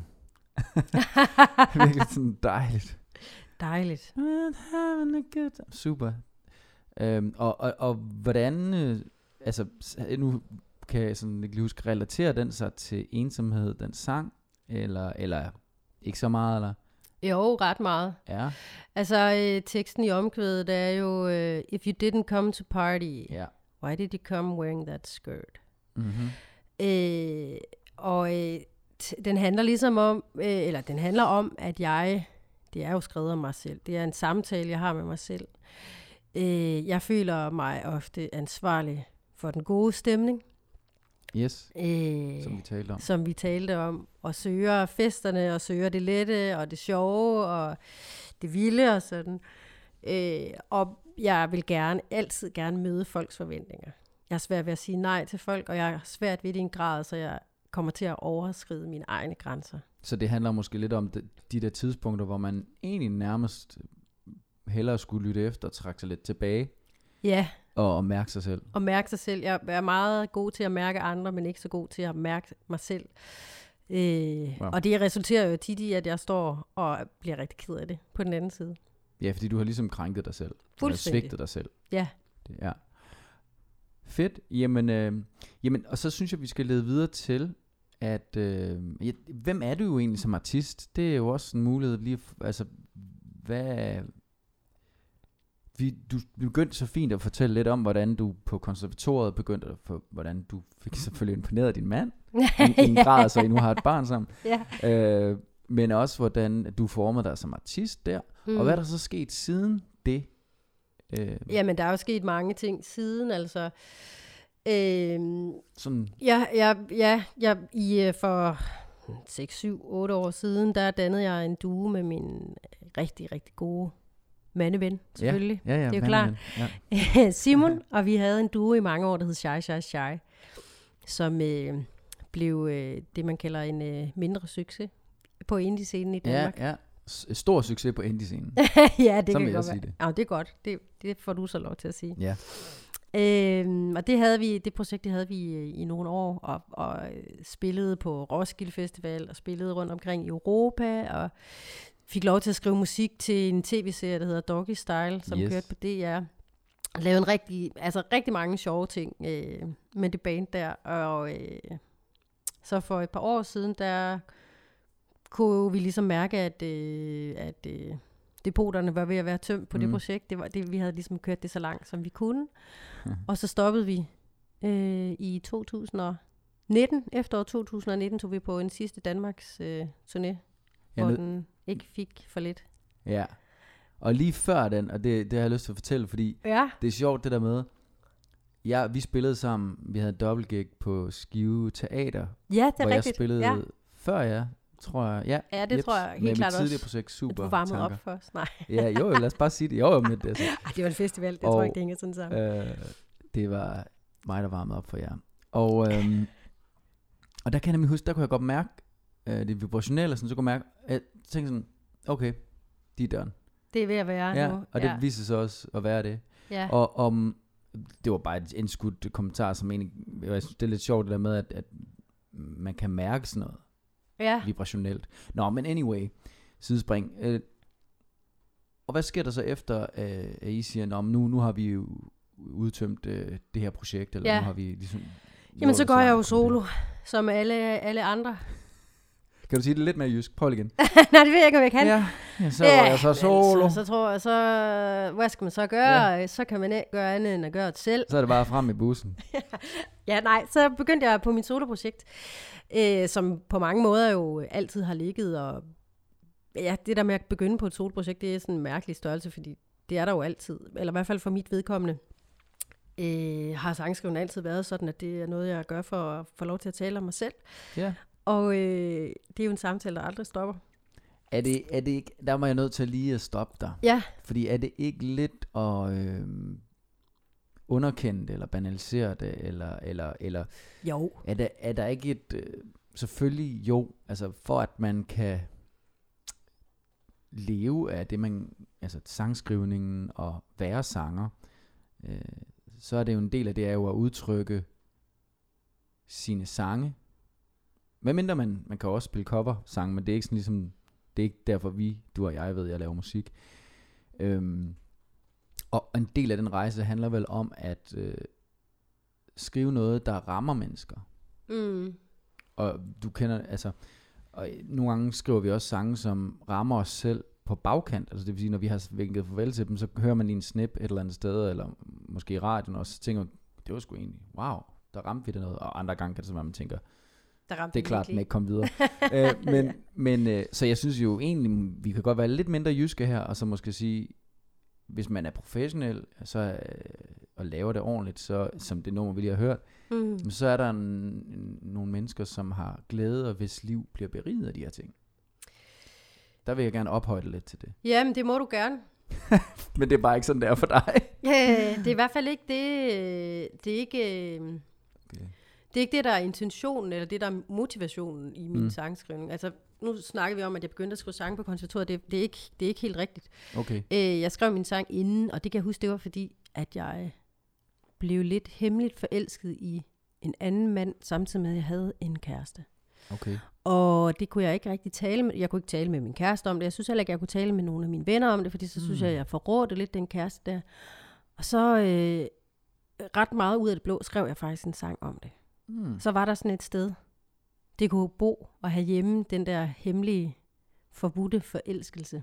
virkelig sådan dejligt. Dejligt. Super. Øhm, og, og, og hvordan, øh, altså nu kan jeg sådan ikke lige huske, relaterer den sig til ensomhed, den sang, eller, eller ikke så meget, eller? Jo, ret meget. Ja. Altså, øh, teksten i omkvædet er jo, øh, if you didn't come to party, Ja. why did you come wearing that skirt? Mm-hmm. Øh, og øh, t- den handler ligesom om, øh, eller den handler om, at jeg, det er jo skrevet om mig selv, det er en samtale, jeg har med mig selv. Øh, jeg føler mig ofte ansvarlig for den gode stemning. Yes, Øh, som vi talte om. som vi talte om, og søger festerne, og søger det lette, og det sjove, og det vilde, og sådan. Øh, og jeg vil gerne, altid gerne møde folks forventninger. Jeg er svært ved at sige nej til folk, og jeg er svært ved det i en grad, så jeg kommer til at overskride mine egne grænser. Så det handler måske lidt om de, de der tidspunkter, hvor man egentlig nærmest hellere skulle lytte efter og trække sig lidt tilbage. Ja. Og, og mærke sig selv. Og mærke sig selv. Jeg er meget god til at mærke andre, men ikke så god til at mærke mig selv. Øh, wow. Og det resulterer jo tit i, at jeg står og bliver rigtig ked af det på den anden side. Ja, fordi du har ligesom krænket dig selv. Du har svigtet dig selv. Ja. Det, ja. Fedt. Jamen, øh, jamen, og så synes jeg, vi skal lede videre til, at øh, ja, hvem er du jo egentlig som artist? Det er jo også en mulighed lige, altså, hvad... Vi, du begyndte så fint at fortælle lidt om, hvordan du på konservatoriet begyndte at få, hvordan du fik selvfølgelig imponeret din mand, i, i en grad, så I nu har et barn sammen. Ja. Øh, men også hvordan du formede dig som artist der, mm. og hvad er der så sket siden det? Øh, Jamen, der er jo sket mange ting siden, altså. Øh, sådan, ja, ja, ja, ja, i øh, for seks, syv, otte år siden, der dannede jeg en duo med min rigtig, rigtig gode mandeven, selvfølgelig. Ja, ja, ja, det er jo manden, klart. Ja. Simon, og vi havde en duo i mange år, der hed Shy, Shy, Shy, som øh, blev øh, det, man kalder en øh, mindre succes på indie-scenen i Danmark. Ja, ja. S- stor succes på indie-scenen. Ja, det Så kan vil jeg godt sige være. det. Ja, det er godt. Det, det får du så lov til at sige. Ja. Øhm, og det havde vi, det projekt det havde vi i, i nogle år, og, og spillede på Roskilde Festival, og spillede rundt omkring i Europa, og fik lov til at skrive musik til en tv-serie, der hedder Doggy Style, som Yes. kørte på D R. Lavede en rigtig, altså rigtig mange sjove ting øh, med det band der, og øh, så for et par år siden, der kunne vi ligesom mærke, at, øh, at øh, depoterne var ved at være tømt på mm. det projekt. Det var det, vi havde ligesom kørt det så langt, som vi kunne. Og så stoppede vi øh, i to tusind nitten. Efteråret to tusind nitten tog vi på en sidste Danmarks øh, turné, Ja, hvor nød- den ikke fik for lidt. Ja. Og lige før den, og det, det har jeg lyst til at fortælle, fordi Ja. det er sjovt det der med, ja, vi spillede sammen, vi havde dobbeltgig på Skive Teater, Ja, det er hvor jeg rigtigt. spillede Ja. før jeg, tror jeg. Ja, Ja, det jeps, tror jeg helt med klart mit tidligere også, projekt, At Super du varmede Tanker. op for os. Nej, Ja, jo, lad os bare sige det. Jo, jo, men det, altså, Ej, det var en festival. Det Og, tror jeg ikke, det hænger sådan sammen. øh, det var mig, der varmede op for jer. Og, øhm, og der kan jeg nemlig huske, der kunne jeg godt mærke, øh, det vibrationelle, og sådan, så kunne jeg mærke, jeg tænkte sådan, okay, de er done. Det er ved at være Ja, nu. og det viser sig også at være det. ja. Og om, det var bare et indskudt kommentar, som egentlig, jeg synes, det er lidt sjovt det der med, at, at man kan mærke sådan noget ja. vibrationelt. Nå, men anyway, sidespring. Øh, og hvad sker der så efter, øh, at I siger, Nå, nu, nu har vi jo udtømt øh, det her projekt, eller Ja. nu har vi ligesom... Jamen, så nået går jeg jo langt med det? solo, som alle, alle andre. Kan du sige det lidt mere jysk? Prøv lige igen. Nej, det ved jeg ikke, om jeg kan. Ja, ja så er jeg så solo. Så, så tror jeg, så, hvad skal man så gøre? Ja. Så kan man ikke gøre andet end at gøre det selv. Så er det bare frem i bussen. Ja, nej, så begyndte jeg på mit soloprojekt, øh, som på mange måder jo altid har ligget, og ja, det der med at begynde på et soloprojekt, det er sådan en mærkelig størrelse, fordi det er der jo altid, eller i hvert fald for mit vedkommende, øh, har sangskrivning altid været sådan, at det er noget, jeg gør for at få lov til at tale om mig selv, Ja. og øh, det er jo en samtale, der aldrig stopper. Er det, er det ikke, der må jeg nødt til lige at stoppe dig. Ja. Fordi er det ikke lidt at øh, underkende det, eller banalisere det, eller, eller, eller Jo. er, der, er der ikke et, øh, selvfølgelig jo, altså for at man kan leve af det, man, altså sangskrivningen og være sanger, øh, så er det jo en del af det, er jo at udtrykke sine sange. Hvad mindre man, man kan også spille cover-sange, men det er ikke sådan ligesom, det er ikke derfor vi, du og jeg ved, jeg laver musik. Øhm, og en del af den rejse handler vel om at øh, skrive noget, der rammer mennesker. Mm. Og du kender, altså, og nogle gange skriver vi også sange, som rammer os selv på bagkant. Altså det vil sige, når vi har vinket farvel til dem, så hører man lige en snip et eller andet sted, eller måske i radioen, og så tænker man, det var sgu egentlig, wow, der ramte vi det noget. Og andre gange kan det så være, man tænker, Der det er klart, man ikke kom videre. øh, men, men øh, så jeg synes jo egentlig, vi kan godt være lidt mindre jyske her, og så måske sige, hvis man er professionel, så øh, og laver det ordentligt, så som det nummer vi lige har hørt, Mm. så er der en, en, nogle mennesker, som har glæde, og hvis liv bliver beriget af de her ting. Der vil jeg gerne ophøje lidt til det. Jamen, det må du gerne. Men det er bare ikke sådan, det er for dig. Øh, det er i hvert fald ikke det, øh, det er ikke, øh, Okay. det er ikke det, der er intentionen, eller det, der er motivationen i min Mm. mm. sangskrivning. Altså, nu snakker vi om, at jeg begyndte at skrive sange på konservatoriet. Det, det, er ikke, det er ikke helt rigtigt. Okay. Øh, jeg skrev min sang inden, og det kan jeg huske, det var fordi, at jeg blev lidt hemmeligt forelsket i en anden mand, samtidig med, at jeg havde en kæreste. Okay. Og det kunne jeg ikke rigtig tale med. Jeg kunne ikke tale med min kæreste om det. Jeg synes heller ikke, jeg kunne tale med nogle af mine venner om det, fordi så mm. synes jeg, jeg forrådte lidt den kæreste der. Og så øh, ret meget ud af det blå skrev jeg faktisk en sang om det. Mm. Så var der sådan et sted, det kunne bo og have hjemme den der hemmelige, forbudte forelskelse.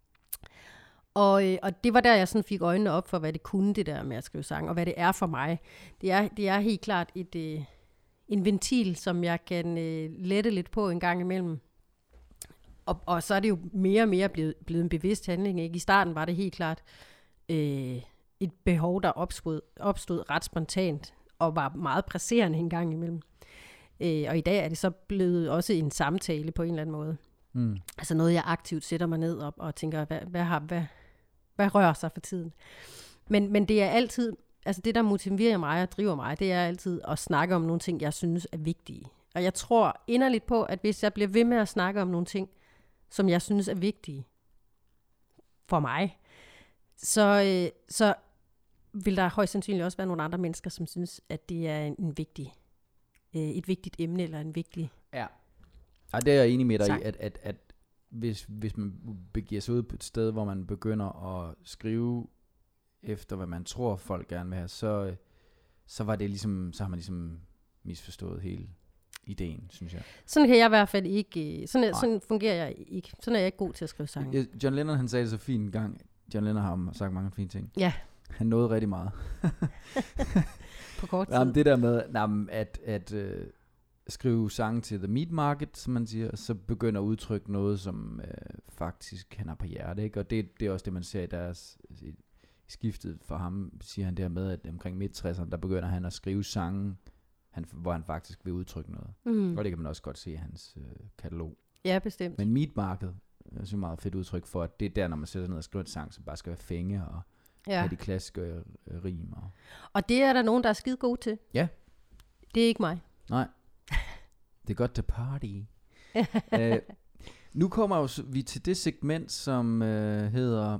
Og, øh, og det var der, jeg sådan fik øjnene op for, hvad det kunne, det der med at skrive sang, og hvad det er for mig. Det er, det er helt klart et, øh, en ventil, som jeg kan øh, lette lidt på en gang imellem. Og, og så er det jo mere og mere blevet, blevet en bevidst handling. Ikke? I starten var det helt klart øh, et et behov, der opstod, opstod ret spontant, og var meget presserende en gang imellem. Øh, og i dag er det så blevet også en samtale på en eller anden måde. Mm. Altså noget, jeg aktivt sætter mig ned op og tænker, hvad, hvad, har, hvad, hvad rører sig for tiden? Men, men det er altid, altså det, der motiverer mig og driver mig, det er altid at snakke om nogle ting, jeg synes er vigtige. Og jeg tror inderligt på, at hvis jeg bliver ved med at snakke om nogle ting, som jeg synes er vigtige for mig, så, øh, så vil der højst sandsynligt også være nogle andre mennesker, som synes, at det er en, en vigtig, øh, et vigtigt emne, eller en vigtig... Ja, og det er jeg enig med dig i, at, at, at hvis, hvis man begiver sig ud på et sted, hvor man begynder at skrive efter, hvad man tror, folk gerne vil have, så, så var det ligesom, så har man ligesom misforstået hele ideen, synes jeg. Sådan kan jeg i hvert fald ikke, sådan, sådan fungerer jeg ikke. Sådan er jeg ikke god til at skrive sange. John Lennon, han sagde det så fint en gang. John Lennon har sagt mange fine ting. Ja. Han nåede rigtig meget. På kort tid. Jamen, det der med, jamen, at, at uh, skrive sange til the meat market, som man siger, så begynder at udtrykke noget, som uh, faktisk han har på hjerte, ikke? Og det, det er også det, man ser i deres i skiftet for ham, siger han der med, at omkring midt tresserne, der begynder han at skrive sange, han, hvor han faktisk vil udtrykke noget. Mm. Og det kan man også godt se i hans uh, katalog. Ja, bestemt. Men meat market, det er så meget fedt udtryk for, at det er der, når man sætter ned og skriver en sang, som bare skal være fænge og ja. have de klassiske øh, rim. Og... og det er der nogen, der er skide gode til. Ja. Det er ikke mig. Nej. Det er godt til party. uh, nu kommer jo vi til det segment, som uh, hedder...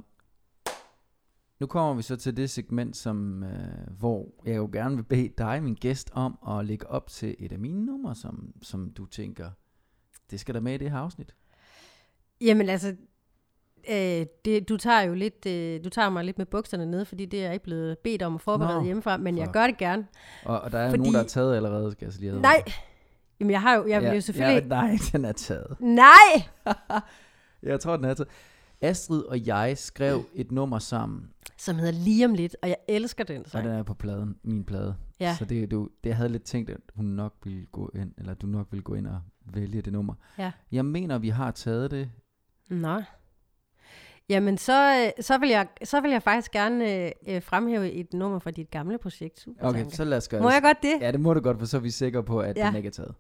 Nu kommer vi så til det segment, som, uh, hvor jeg jo gerne vil bede dig, min gæst, om at lægge op til et af mine numre, som, som du tænker, det skal der med i det her afsnit. Jamen altså, øh, det, du tager jo lidt, øh, du tager mig lidt med bukserne ned, fordi det er jeg ikke blevet bedt om at forberede Nå, hjemmefra, men fuck. Jeg gør det gerne. Og, og der er fordi... nogen, der er taget allerede, skal jeg så lige have. Nej, jamen jeg har jo, jeg ja, vil jo selvfølgelig... Ja, nej, den er taget. Nej! Jeg tror, den er taget. Astrid og jeg skrev et nummer sammen. Som hedder Lige om lidt, og jeg elsker den sang. Og den er på pladen, min plade. Ja. Så det, du, det jeg havde lidt tænkt, at hun nok ville gå ind, eller du nok ville gå ind og vælge det nummer. Ja. Jeg mener, vi har taget det. Nå. Jamen, så, så, vil, jeg, så vil jeg faktisk gerne øh, fremhæve et nummer fra dit gamle projekt, Supertanker. Okay, så lad os gøre Må det. jeg godt det? Ja, det må du godt, for så er vi sikre på, at ja. den ikke er taget.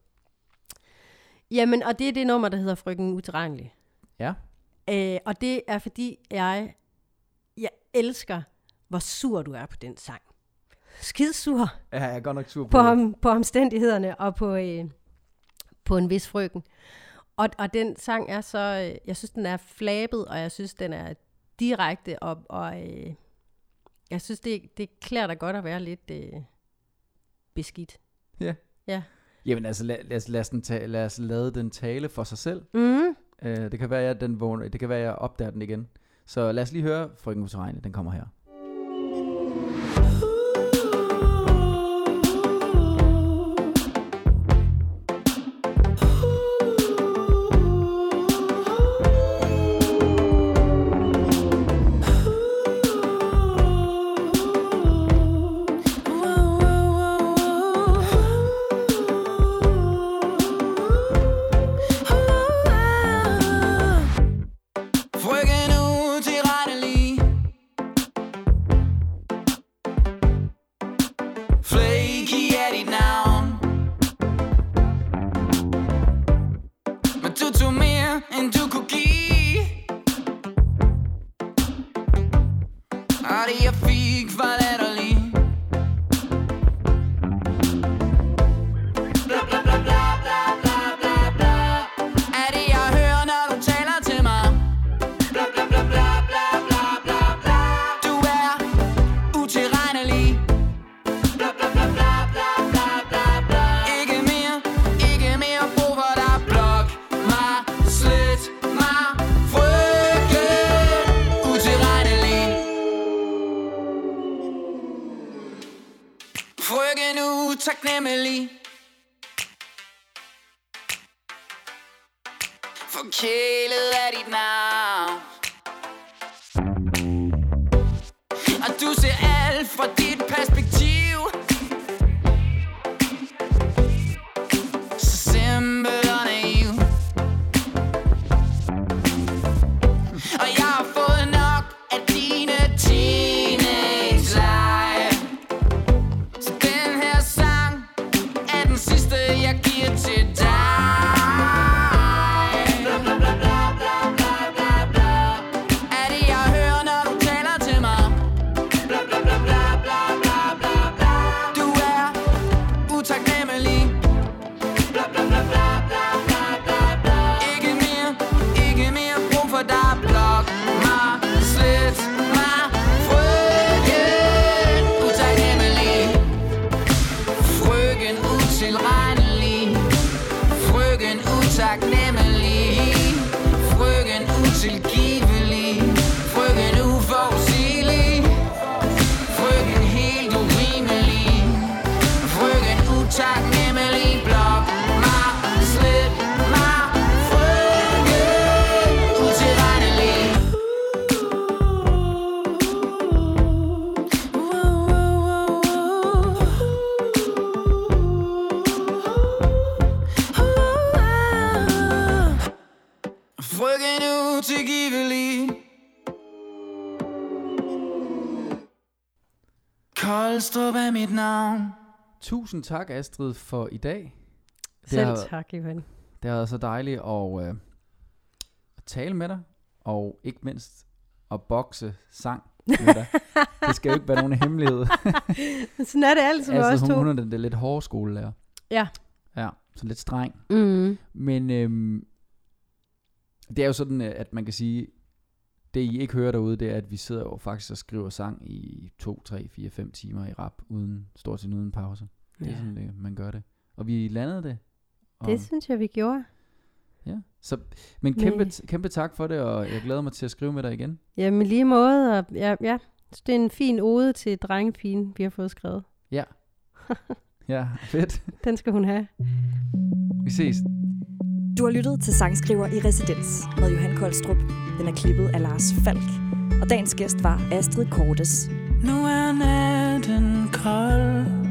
Jamen, og det er det nummer, der hedder Frøken Utilregnelig. Ja. Øh, og det er fordi, jeg, jeg elsker, hvor sur du er på den sang. Skidsur. Ja, jeg er godt nok sur på, på, om, på omstændighederne og på, øh, på en vis frøken. Og, og den sang er så, øh, jeg synes, den er flabet, og jeg synes, den er direkte, og, og øh, jeg synes, det, det klæder dig godt at være lidt øh, beskidt. Ja. Ja. Jamen altså, lad, lad, os, lad, os den ta- lad os lade den tale for sig selv. Mm. Øh, det kan være, at den vågner, det kan være, at jeg opdager den igen. Så lad os lige høre Frøken Utilregnelig, den kommer her. Utaknemmelig, forkælet af dit navn, og du ser alt fra dit perspektiv, så simpel og naiv. Og jeg har fået nok af dine teenage utilgivelig, frøken uforudsigelig, frøken helt urimelig, frøken utaknemmelig, blok mig, slet mig, frøken utilregnelig. Frøken utilgivelig. Koldstrup er mit navn. Tusind tak, Astrid, for i dag. Det Selv har, tak, Johan. det har været så dejligt at, øh, at tale med dig, og ikke mindst at bokse sang med dig. Det skal jo ikke være nogen hemmelighed. Sådan er det altid med Altså, os hun, to. hun er den der lidt hårde skolelærer. Ja. Ja, så lidt streng. Mm. Men øhm, det er jo sådan, at man kan sige, det I ikke hører derude, det er, at vi sidder jo faktisk og skriver sang i to, tre, fire, fem timer i rap, uden, stort set uden pause. Det er Ja. sådan, det, man gør det. Og vi landede det. Og, Det synes jeg, vi gjorde. ja. Så, men kæmpe, Men- kæmpe tak for det, og jeg glæder mig til at skrive med dig igen. Jamen i lige måde, og ja, ja. Så det er en fin ode til drengepigen, vi har fået skrevet. Ja. Ja, fedt. Den skal hun have. Vi ses. Du har lyttet til Sangskriver i Residens med Johan Koldstrup. Den er klippet af Lars Falk. Og dagens gæst var Astrid Kortes. Nu er natten kold.